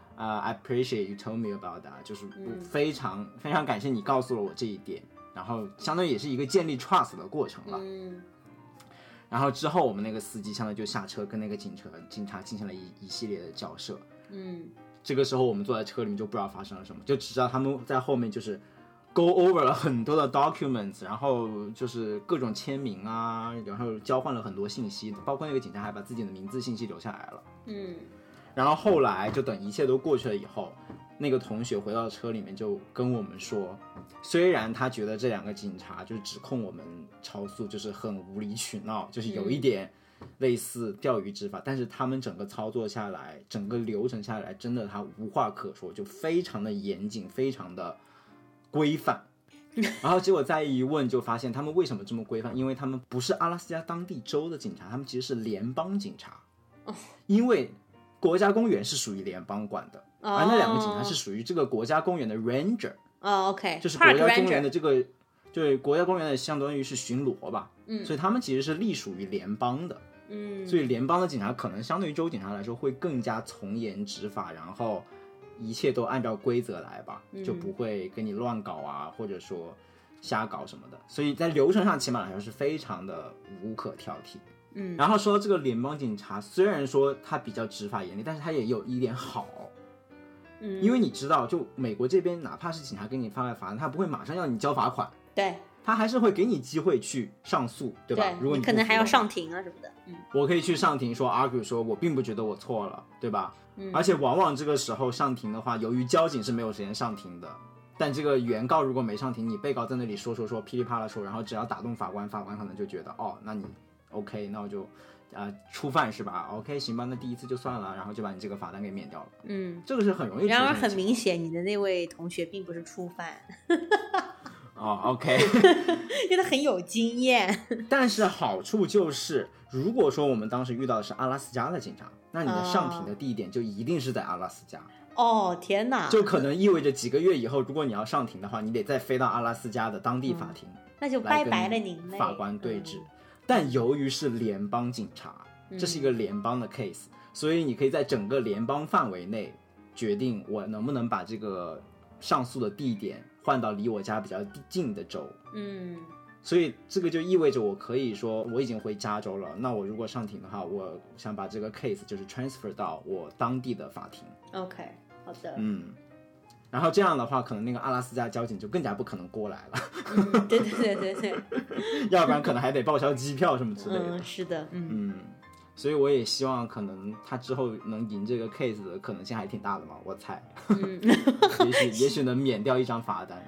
I appreciate you told me about that， 就是非常非常感谢你告诉了我这一点，然后相当于也是一个建立 trust 的过程了。然后之后我们那个司机相当于就下车跟那个警察进行了一系列的交涉。这个时候我们坐在车里面就不知道发生了什么，就只知道他们在后面就是 go over 了很多的 documents， 然后就是各种签名啊，然后交换了很多信息，包括那个警察还把自己的名字信息留下来了。然后后来就等一切都过去了以后，那个同学回到车里面就跟我们说，虽然他觉得这两个警察就是指控我们超速就是很无理取闹，就是有一点类似钓鱼执法，但是他们整个操作下来，整个流程下来，真的他无话可说，就非常的严谨，非常的规范。然后结果再一问就发现他们为什么这么规范，因为他们不是阿拉斯加当地州的警察，他们其实是联邦警察。因为国家公园是属于联邦管的，而那两个警察是属于这个国家公园的 ranger。 OK， 就是国家公园的这个，对，国家公园的相当于是巡逻吧。所以他们其实是隶属于联邦的。所以联邦的警察可能相对于州警察来说会更加从严执法，然后一切都按照规则来吧，就不会跟你乱搞啊，或者说瞎搞什么的。所以在流程上起码来说是非常的无可挑剔。然后说到这个联邦警察，虽然说他比较执法严厉，但是他也有一点好。因为你知道，就美国这边哪怕是警察给你发了罚单，他不会马上要你交罚款。 对， 他还是会给你机会去上诉，对吧？如果你可能还要上庭啊什么的。 我可以去上庭说 argue 说我并不觉得我错了，对吧？而且往往这个时候上庭的话，由于交警是没有时间上庭的，但这个原告如果没上庭，你被告在那里说噼里啪啦说，然后只要打动法官，法官可能就觉得那你 OK， 那我就初犯是吧 ？OK， 行吧，那第一次就算了，然后就把你这个罚单给免掉了。这个是很容易。 然而很明显，你的那位同学并不是初犯。 OK， 因为他很有经验。 但是好处就是，如果说我们当时遇到的是阿拉斯加的警察，那你的上庭的地点就一定是在阿拉斯加。 天哪！ 就可能意味着几个月以后，如果你要上庭的话，你得再飞到阿拉斯加的当地法庭， 那就拜拜了您嘞。 法官对峙。但由于是联邦警察，这是一个联邦的 case，所以你可以在整个联邦范围内决定我能不能把这个上诉的地点换到离我家比较近的州。所以这个就意味着我可以说我已经回加州了，那我如果上庭的话，我想把这个 case 就是 transfer 到我当地的法庭。 OK， 好的。 然后这样的话，可能那个阿拉斯加交警就更加不可能过来了。 对， 要不然可能还得报销机票什么之类的。 是的。 所以我也希望可能他之后能赢这个 case 的可能性还挺大的嘛，我猜。也许能免掉一张罚单。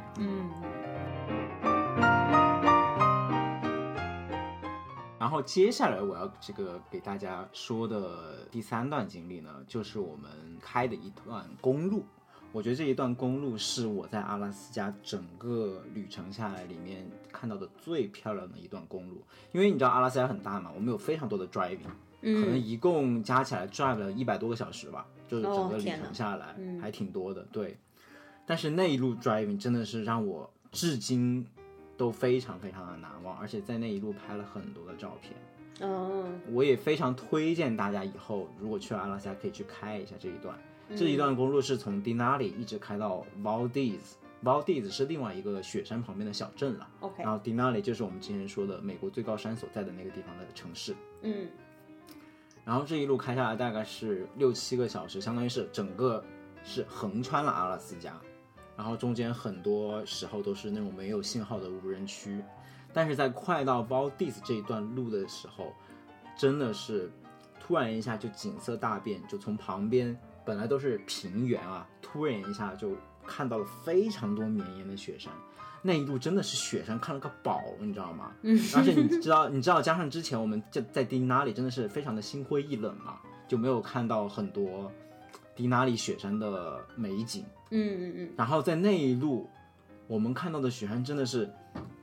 然后接下来我要给大家说的第3段经历呢，就是我们开的一段公路。我觉得这一段公路是我在阿拉斯加整个旅程下来里面看到的最漂亮的一段公路。因为你知道阿拉斯加很大嘛，我们有非常多的 driving，可能一共加起来 drive 了100多个小时吧，就是整个旅程下来还挺多的。对，但是那一路 driving 真的是让我至今都非常非常的难忘，而且在那一路拍了很多的照片。我也非常推荐大家以后如果去阿拉斯加可以去开一下这一段。这一段公路是从 Denali 一直开到 Valdez 是另外一个雪山旁边的小镇了。然后 Denali 就是我们之前说的美国最高山所在的那个地方的城市。然后这一路开下来大概是6-7个小时，相当于是整个是横穿了阿拉斯加，然后中间很多时候都是那种没有信号的无人区。但是在快到 Valdez 这一段路的时候，真的是突然一下就景色大变，就从旁边本来都是平原啊，突然一下就看到了非常多绵延的雪山。那一路真的是雪山看了个饱，你知道吗？而且你知道加上之前我们在迪纳里真的是非常的心灰意冷嘛，就没有看到很多迪纳里雪山的美景。然后在那一路我们看到的雪山真的是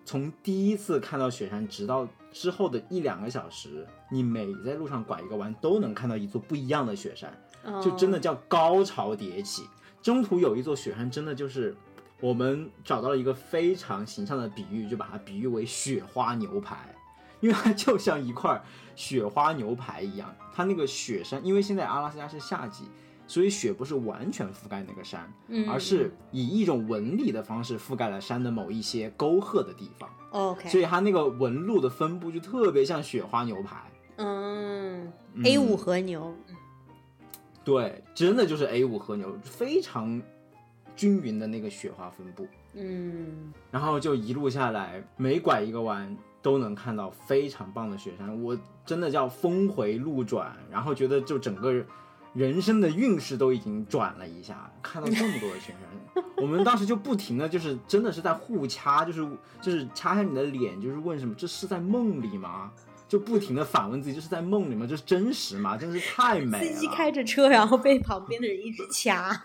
从第一次看到雪山直到之后的1-2个小时，你每在路上拐一个弯都能看到一座不一样的雪山，就真的叫高潮迭起。中途有一座雪山真的就是我们找到了一个非常形象的比喻，就把它比喻为雪花牛排，因为它就像一块雪花牛排一样。它那个雪山，因为现在阿拉斯加是夏季，所以雪不是完全覆盖那个山，而是以一种纹理的方式覆盖了山的某一些沟壑的地方。 OK， 所以它那个纹路的分布就特别像雪花牛排。 A5 和牛。 对，真的就是 A5 和牛，非常均匀的那个雪花分布。然后就一路下来，每拐一个弯都能看到非常棒的雪山，我真的叫峰回路转，然后觉得就整个人生的运势都已经转了一下，看到这么多的雪山，我们当时就不停的就是真的是在互掐，就是掐下你的脸，就是问什么这是在梦里吗？就不停的反问自己，这是在梦里吗？这是真实吗？真是太美了。 司机开着车，然后被旁边的人一直掐。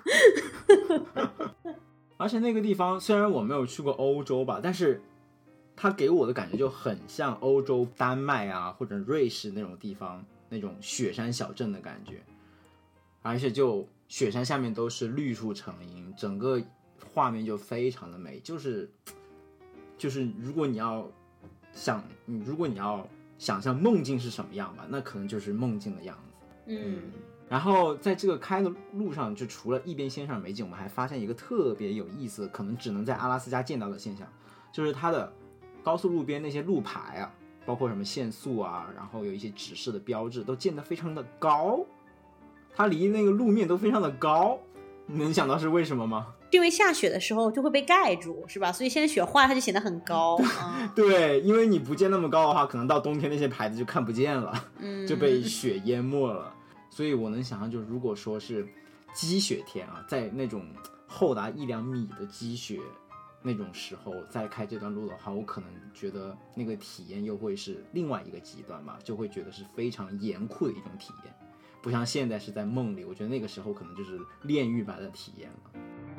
而且那个地方虽然我没有去过欧洲吧，但是它给我的感觉就很像欧洲丹麦啊或者瑞士那种地方那种雪山小镇的感觉，而且就雪山下面都是绿树成荫，整个画面就非常的美。就是如果你要想象梦境是什么样吧，那可能就是梦境的样子。然后在这个开的路上，就除了一边欣赏美景，我们还发现一个特别有意思，可能只能在阿拉斯加见到的现象，就是它的高速路边那些路牌啊，包括什么限速啊，然后有一些指示的标志都建得非常的高，它离那个路面都非常的高。你能想到是为什么吗？ 因为下雪的时候就会被盖住，是吧？所以现在雪化它就显得很高。 对，因为你不建那么高的话，可能到冬天那些牌子就看不见了，就被雪淹没了。所以我能想象，就是如果说是积雪天啊，在那种厚达1-2米的积雪那种时候再开这段路的话，我可能觉得那个体验又会是另外一个极端吧，就会觉得是非常严酷的一种体验，不像现在是在梦里。我觉得那个时候可能就是炼狱般的体验了。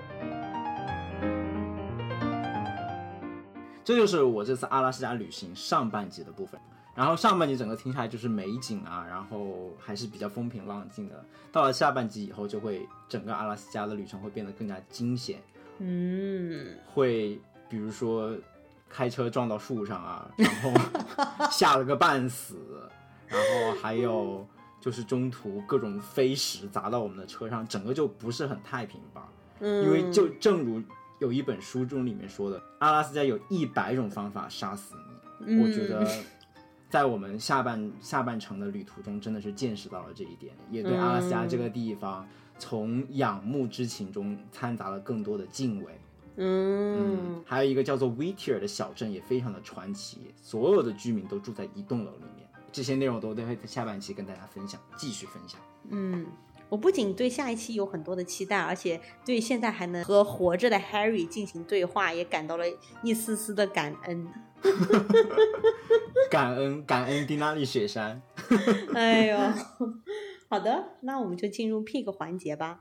这就是我这次阿拉斯加旅行上半集的部分，然后上半集整个听下来就是美景啊，然后还是比较风平浪静的。到了下半集以后，就会整个阿拉斯加的旅程会变得更加惊险，会比如说开车撞到树上啊，然后吓了个半死，然后还有就是中途各种飞石砸到我们的车上，整个就不是很太平吧。因为就正如有一本书中里面说的，阿拉斯加有100种方法杀死你。我觉得在我们下半程的旅途中真的是见识到了这一点，也对阿拉斯加这个地方从仰慕之情中掺杂了更多的敬畏。还有一个叫做 Whittier 的小镇也非常的传奇，所有的居民都住在一栋楼里面。这些内容都会在下半期跟大家分享，继续分享。 我不仅对下一期有很多的期待，而且对现在还能和活着的 Harry 进行对话也感到了一丝丝的感恩。 感恩迪纳利雪山。 哎呦，好的，那我们就进入 pick 环节吧。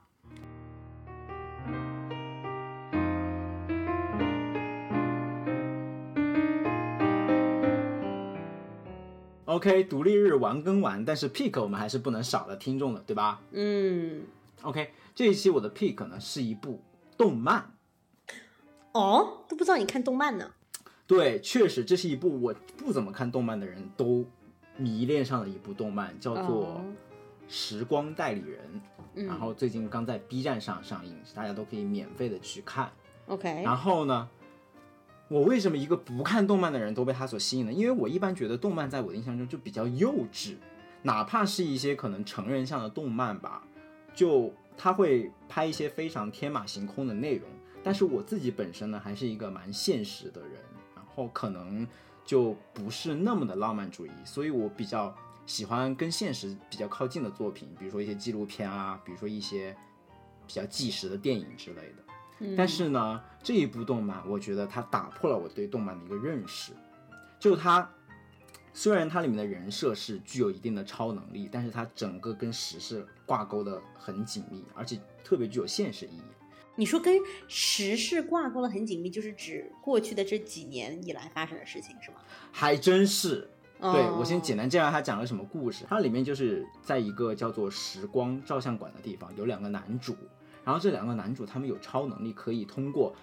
OK， 独立日玩更完，但是 pick 我们还是不能少了听众的，对吧？OK， 这一期我的 pick 呢是一部动漫。 哦，都不知道你看动漫呢。 对，确实这是一部我不怎么看动漫的人都迷恋上的一部动漫，叫做《时光代理人》。然后最近刚在 B 站上上映，大家都可以免费的去看。 OK， 然后呢，我为什么一个不看动漫的人都被它所吸引呢？因为我一般觉得动漫在我的印象中就比较幼稚，哪怕是一些可能成人向的动漫吧，就他会拍一些非常天马行空的内容，但是我自己本身呢还是一个蛮现实的人，然后可能就不是那么的浪漫主义，所以我比较喜欢跟现实比较靠近的作品，比如说一些纪录片啊，比如说一些比较纪实的电影之类的。但是呢，这一部动漫我觉得它打破了我对动漫的一个认识，就它虽然它里面的人设是具有一定的超能力，但是它整个跟时事挂钩的很紧密，而且特别具有现实意义。 你说跟时事挂钩的很紧密，就是指过去的这几年以来发生的事情是吗？ 还真是。 哦、 对，我先简单介绍他讲了什么故事。它里面就是在一个叫做时光照相馆的地方，有2个男主，然后这2个男主他们有超能力，可以通过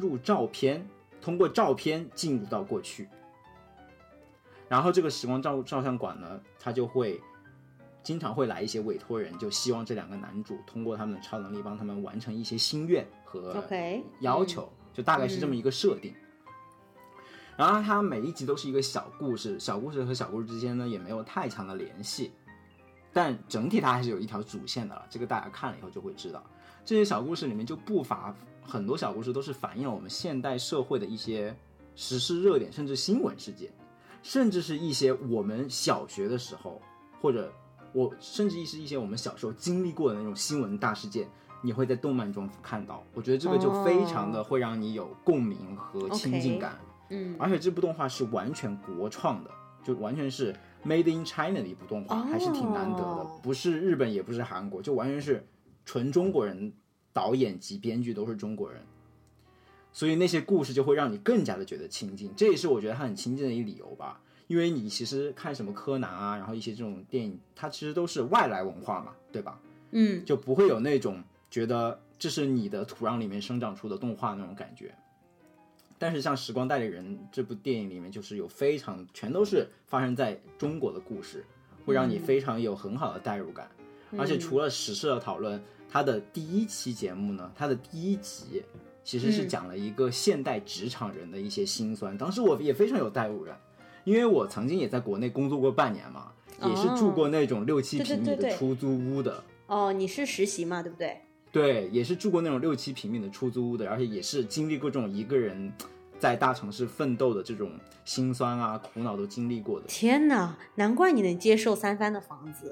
照片进入到过去。然后这个时光照相馆呢，他就会经常会来一些委托人，就希望这2个男主通过他们的超能力帮他们完成一些心愿和要求，就大概是这么一个设定。然后它每一集都是一个小故事，小故事和小故事之间呢也没有太强的联系，但整体它还是有一条主线的了，这个大家看了以后就会知道。这些小故事里面就不乏很多小故事都是反映了我们现代社会的一些时事热点，甚至新闻事件，甚至是一些我们小学的时候，或者甚至是一些我们小时候经历过的那种新闻大事件，你会在动漫中看到。我觉得这个就非常的会让你有共鸣和亲近感。而且这部动画是完全国创的，就完全是 Made in China 的一部动画，还是挺难得的，不是日本也不是韩国，就完全是纯中国人，导演及编剧都是中国人，所以那些故事就会让你更加的觉得亲近，这也是我觉得它很亲近的一个理由吧。因为你其实看什么柯南啊，然后一些这种电影，它其实都是外来文化嘛，对吧？就不会有那种觉得这是你的土壤里面生长出的动画那种感觉。但是像《时光代理人》这部电影里面，就是有全都是发生在中国的故事，会让你非常有很好的代入感。而且除了时事的讨论，它的第1期节目呢，它的第1集其实是讲了一个现代职场人的一些辛酸。当时我也非常有代入感，因为我曾经也在国内工作过半年嘛，也是住过那种6-7平米的出租屋的。 你是实习嘛，对不对？ 对，也是住过那种6-7平米的出租屋的，而且也是经历过这种一个人在大城市奋斗的这种辛酸啊、苦恼都经历过的。 天哪，难怪你能接受3番的房子。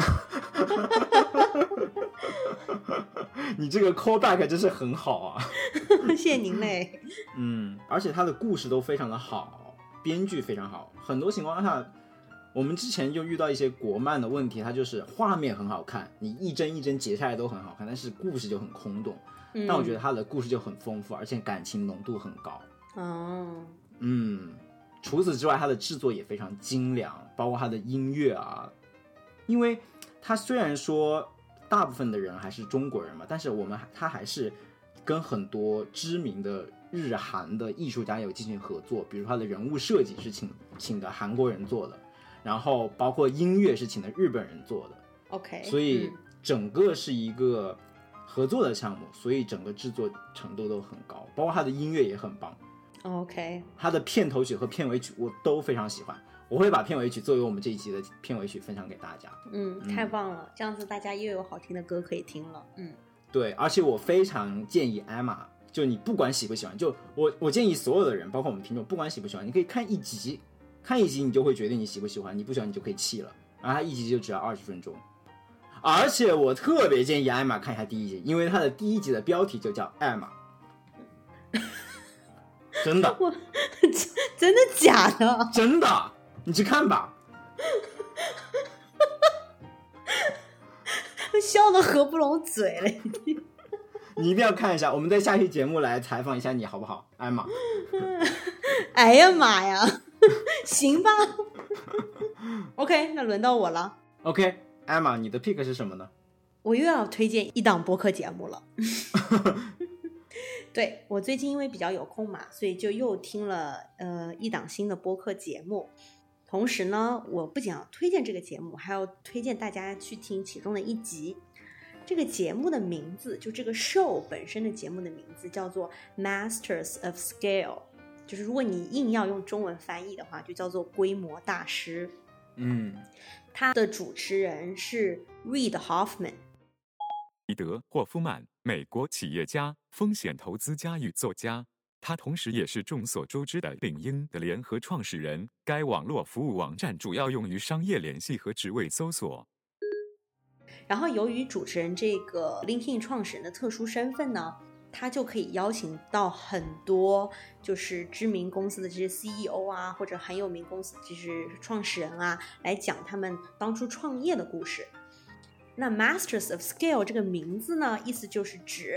你这个 callback 真是很好啊。 谢谢您嘞。 而且他的故事都非常的好，编剧非常好。很多情况下我们之前就遇到一些国漫的问题，它就是画面很好看，你一帧一帧截下来都很好看，但是故事就很空洞。但我觉得它的故事就很丰富，而且感情浓度很高。除此之外，它的制作也非常精良，包括它的音乐啊。因为它虽然说大部分的人还是中国人嘛，但是它还是跟很多知名的日韩的艺术家有进行合作，比如它的人物设计是请的韩国人做的，然后包括音乐是请的日本人做的。 OK， 所以整个是一个合作的项目，所以整个制作程度都很高，包括它的音乐也很棒。 OK， 它的片头曲和片尾曲我都非常喜欢，我会把片尾曲作为我们这一集的片尾曲分享给大家。 太棒了，这样子大家又有好听的歌可以听了。 对，而且我非常建议 Emma， 就你不管喜不喜欢，就我建议所有的人，包括我们听众，不管喜不喜欢，你可以看一集你就会决定你喜不喜欢，你不喜欢你就可以弃了。然后它一集就只要20分钟，而且我特别建议 Emma 看一下第1集，因为它的第1集的标题就叫 Emma。真的， 真的假的？ 真的，你去看吧。 笑得合不拢嘴了。 你一定要看一下，我们在下期节目来采访一下你好不好，艾玛？ 哎呀妈呀，行吧。OK， 那轮到我了。 OK， 艾玛，你的 pick 是什么呢？ 我又要推荐一档播客节目了。对，我最近因为比较有空嘛，所以就又听了一档新的播客节目。同时呢，我不仅要推荐这个节目，还要推荐大家去听其中的1集。这个节目的名字，就这个 show 本身的节目的名字叫做 Masters of Scale， 就是如果你硬要用中文翻译的话，就叫做规模大师。他的主持人是 Reid Hoffman。 彼得·霍夫曼，美国企业家、风险投资家与作家。他同时也是众所周知的领英的联合创始人。该网络服务网站主要用于商业联系和职位搜索。 然后由于主持人这个 LinkedIn 创始人的特殊身份呢，他就可以邀请到很多就是知名公司的这些 CEO 啊，或者很有名公司就是创始人啊，来讲他们当初创业的故事。那 Masters of Scale 这个名字呢，意思就是指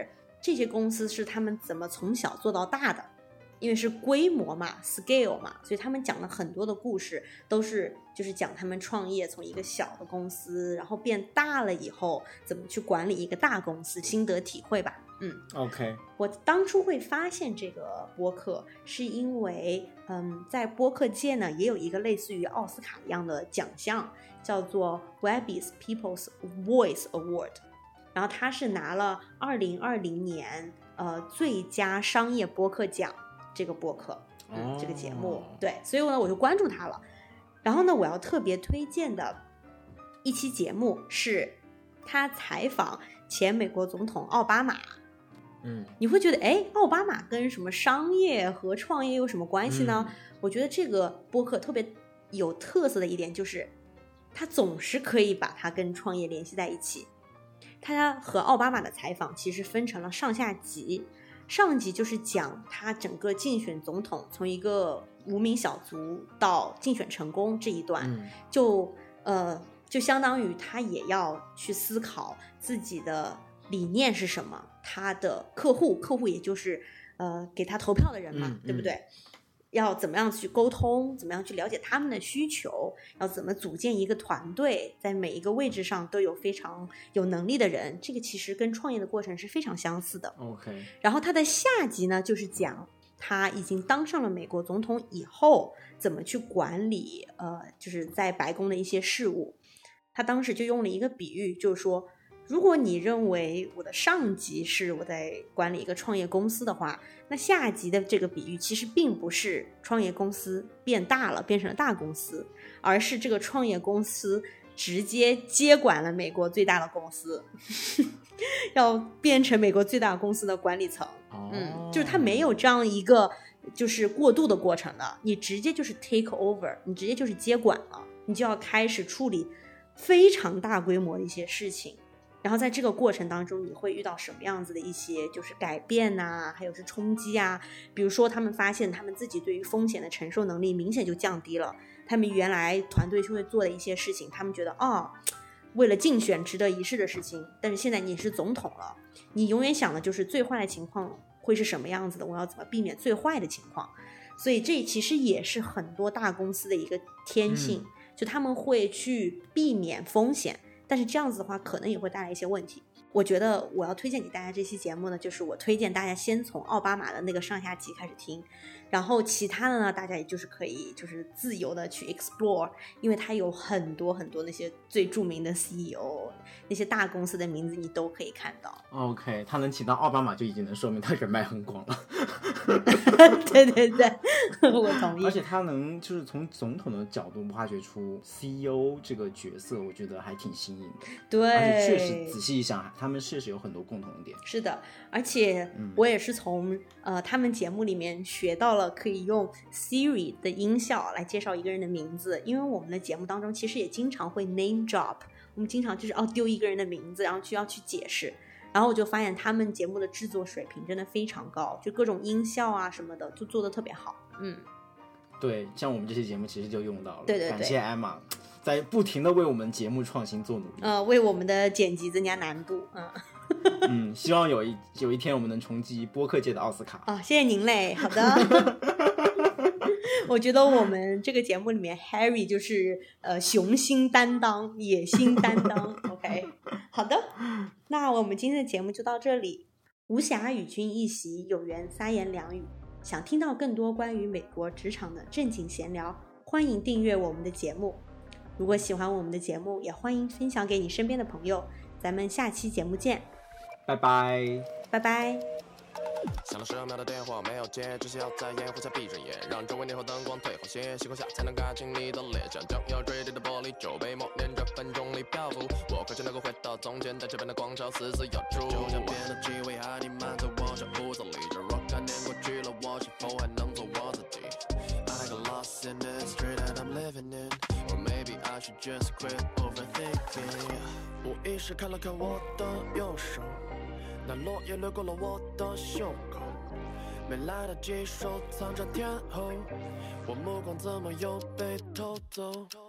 这些公司是他们怎么从小做到大的，因为是规模嘛 scale 嘛，所以他们讲了很多的故事，都是就是讲他们创业从一个小的公司然后变大了以后怎么去管理一个大公司，心得体会吧。 OK， 我当初会发现这个播客是因为在播客界呢也有一个类似于奥斯卡一样的奖项，叫做 Webby's People's Voice Award， 然后他是拿了2020年最佳商业播客奖，这个播客这个节目，对，所以呢我就关注他了。然后呢我要特别推荐的一期节目是他采访前美国总统奥巴马。你会觉得奥巴马跟什么商业和创业有什么关系呢？我觉得这个播客特别有特色的一点就是他总是可以把它跟创业联系在一起。他和奥巴马的采访其实分成了上下集，上集就是讲他整个竞选总统从一个无名小卒到竞选成功这一段，就相当于他也要去思考自己的理念是什么，他的客户也就是给他投票的人嘛，对不对？要怎么样去沟通，怎么样去了解他们的需求，要怎么组建一个团队，在每一个位置上都有非常有能力的人，这个其实跟创业的过程是非常相似的。 OK， 然后他的下集呢就是讲他已经当上了美国总统以后怎么去管理就是在白宫的一些事务。他当时就用了一个比喻，就是说如果你认为我的上级是我在管理一个创业公司的话，那下级的这个比喻其实并不是创业公司变大了变成了大公司，而是这个创业公司直接接管了美国最大的公司要变成美国最大公司的管理层。就是它没有这样一个就是过渡的过程的，你直接就是 take over， 你直接就是接管了，你就要开始处理非常大规模的一些事情。然后在这个过程当中你会遇到什么样子的一些就是改变啊，还有是冲击啊。比如说他们发现他们自己对于风险的承受能力明显就降低了，他们原来团队就会做的一些事情，他们觉得为了竞选值得一试的事情，但是现在你是总统了，你永远想的就是最坏的情况会是什么样子的，我要怎么避免最坏的情况。所以这其实也是很多大公司的一个天性，就他们会去避免风险，但是这样子的话可能也会带来一些问题。我觉得我要推荐给大家这期节目呢，就是我推荐大家先从奥巴马的那个上下集开始听，然后其他的呢大家也就是可以就是自由的去 explore， 因为它有很多很多那些最著名的 CEO， 那些大公司的名字你都可以看到。 OK， 他能请到奥巴马就已经能说明他人脉很广了对对对我同意。 而且他能就是从总统的角度挖掘出 CEO 这个角色，我觉得还挺新颖的。 对， 而且确实仔细一想他们确实有很多共同点。 是的，而且我也是从他们节目里面学到了可以用 Siri 的音效来介绍一个人的名字。因为我们的节目当中其实也经常会 name drop， 我们经常就是丢一个人的名字然后要去解释，然后我就发现他们节目的制作水平真的非常高，就各种音效啊什么的就做得特别好。 对，像我们这期节目其实就用到了。 对对对， 感谢艾玛在不停的为我们节目创新做努力， 为我们的剪辑增加难度。 希望有一天我们能重击播客界的奥斯卡。 谢谢您嘞。好的我觉得我们这个节目里面 Harry 就是雄心担当野心担当OK， 好的，那我们今天的节目就到这里。无暇与君一席，有缘三言两语。想听到更多关于美国职场的正经闲聊，欢迎订阅我们的节目。如果喜欢我们的节目，也欢迎分享给你身边的朋友。咱们下期节目见， 拜拜， 拜拜。 响了10秒的电话没有接，只需要在掩护下闭着眼，让周围霓虹灯光退后些，细光下才能看清你的脸，像将要坠地的玻璃酒杯默念着分钟里漂浮。我渴求能够回到从前，但这边的广场死死咬住，就像变得气味还弥漫在我这屋子里。这若干年过去了，我是否还能做我自己 ？I got lost in the street that I'm living in, or maybe I should just quit overthinking. 无意识看了看我的右手。那落叶掠过了我的袖口，没来得及收藏着天后，我目光怎么又被偷走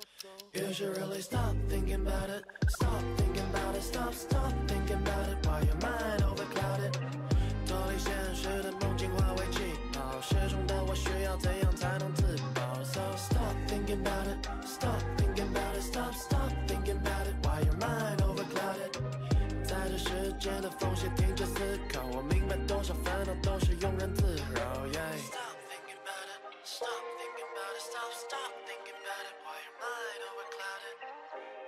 You should really stop thinking about it, stop thinking about it, stop thinking about it, while your mind overclouded 间的缝隙停止思考，我明白多少烦恼都是庸人自扰。Stop thinking about it, stop thinking about it, stop thinking about it, while your mind overclouded.